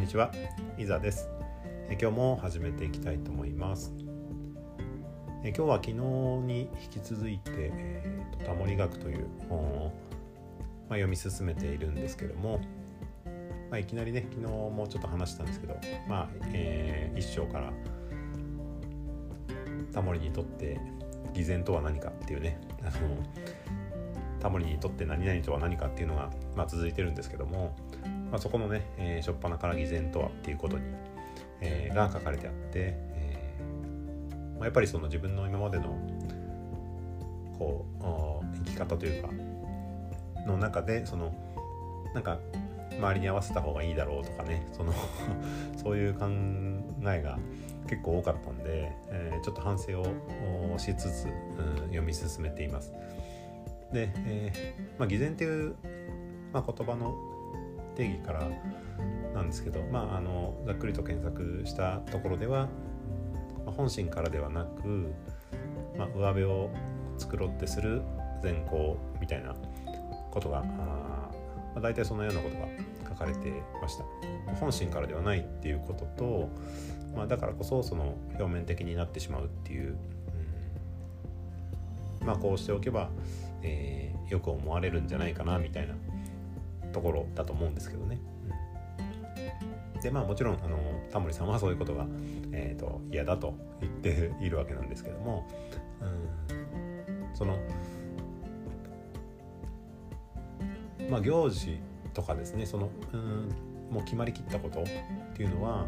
ちは、いざです。今日も始めていきたいと思います。今日は昨日に引き続いて、タモリ学という本を、読み進めているんですけども、いきなりね、昨日もちょっと話したんですけど、一章からタモリにとって偽善とは何かっていうね、タモリにとって何々とは何かっていうのが、続いてるんですけども、そこのね、初っ端から偽善とはっていうことに、が書かれてあって、やっぱりその自分の今までの生き方というかの中でなんか周りに合わせた方がいいだろうとかね、そういう考えが結構多かったんで、ちょっと反省をしつつ、読み進めています。で、偽善っていう、言葉の定義からなんですけど、ざっくりと検索したところでは、本心からではなく、上辺を作ろうってする善行みたいなことが、大体そのようなことが書かれてました。本心からではないっていうことと、だからこそその表面的になってしまうっていう、こうしておけば、よく思われるんじゃないかなみたいなところだと思うんですけどね。でもちろんタモリさんはそういうことが、嫌だと言っているわけなんですけども、行事とかですね、もう決まりきったことっていうのは、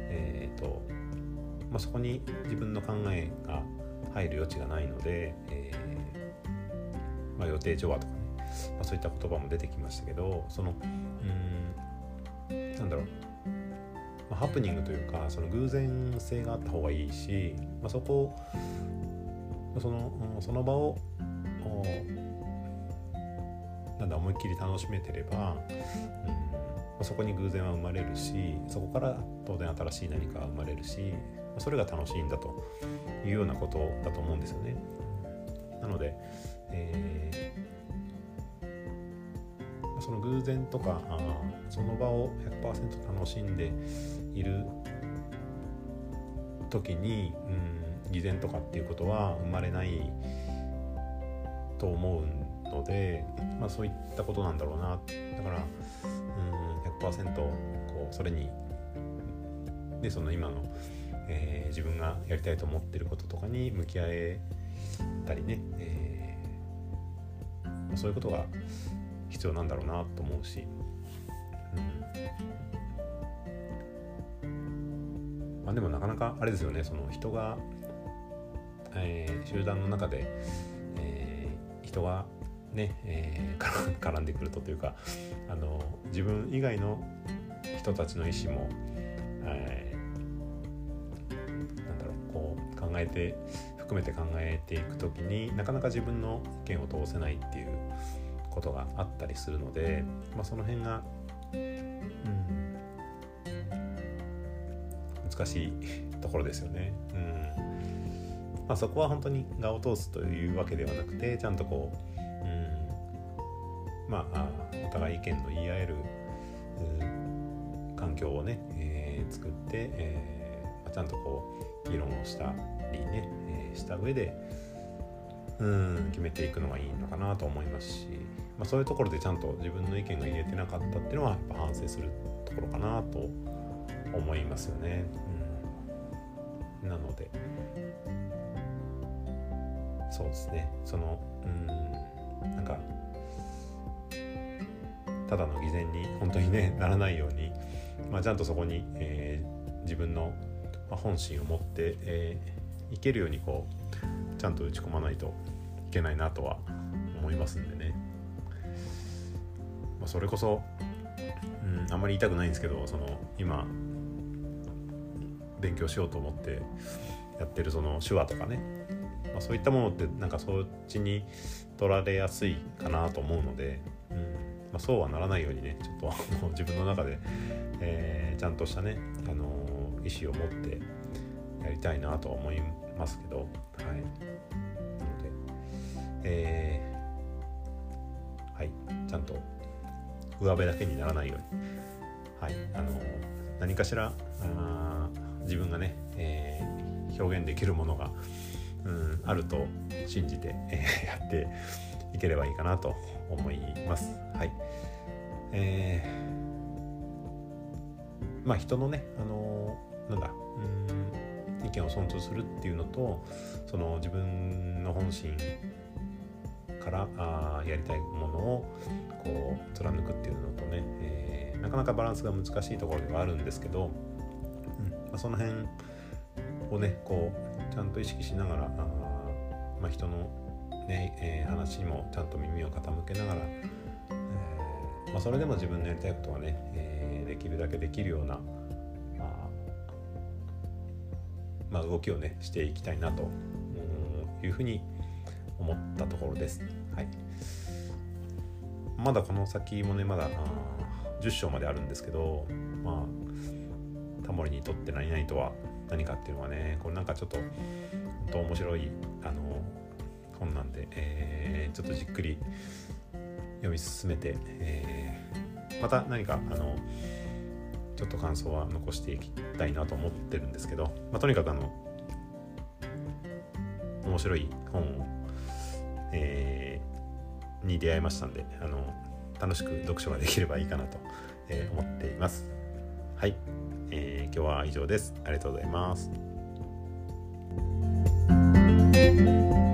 そこに自分の考えが入る余地がないので、予定調和とかね、そういった言葉も出てきましたけど、ハプニングというか、その偶然性があった方がいいし、その場を思いっきり楽しめてれば、そこに偶然は生まれるし、そこから当然新しい何かが生まれるし、それが楽しいんだというようなことだと思うんですよね。なので、その偶然とかその場を 100% 楽しんでいる時に、偽善とかっていうことは生まれないと思うので、そういったことなんだろうな。だから、100% それにでその今の、自分がやりたいと思っていることとかに向き合えたりね、そういうことが必要なんだろうなと思うし、でもなかなかあれですよね、その人が、集団の中で、人がね、絡んでくるというか、自分以外の人たちの意思も、含めて考えていくときになかなか自分の意見を通せないっていうことがあったりするので、その辺が、難しいところですよね。そこは本当に我を通すというわけではなくて、ちゃんとお互い意見の言い合える環境をね、作って、ちゃんと議論をしたりね、した上で決めていくのがいいのかなと思いますし、そういうところでちゃんと自分の意見が言えてなかったっていうのはやっぱ反省するところかなと思いますよね。なのでそうですね、ただの偽善に本当にねならないように、ちゃんとそこに、自分の本心を持って、いけるようにちゃんと打ち込まないといけないなとは思いますんでね。それこそ、あんまり言いたくないんですけど、今勉強しようと思ってやってるその手話とかね、そういったものってそっちに取られやすいかなと思うので、そうはならないようにね、ちょっと自分の中で、ちゃんとしたね、意思を持ってやりたいなとは思いますけど、はい。なので、ちゃんと上辺だけにならないように、 何かしら自分がね、表現できるものが、あると信じて、やっていければいいかなと思います。はい。人のね、意見を尊重するっていうのと、その自分の本心からやりたいものをこう貫くっていうのとね、なかなかバランスが難しいところではあるんですけど、その辺をねこうちゃんと意識しながら人のね、話にもちゃんと耳を傾けながら、それでも自分のやりたいことはね、できるだけできるような動きをねしていきたいなというふうに思ったところです。はい。まだこの先もねまだ10章まであるんですけど、タモリにとって何々とは何かっていうのはね、これなんかちょっと本当面白い本なんで、ちょっとじっくり読み進めて、また何かちょっと感想は残していきたいなと思ってるんですけど、とにかく面白い本を、に出会いましたんで、楽しく読書ができればいいかなと、思っています。はい、今日は以上です。ありがとうございます。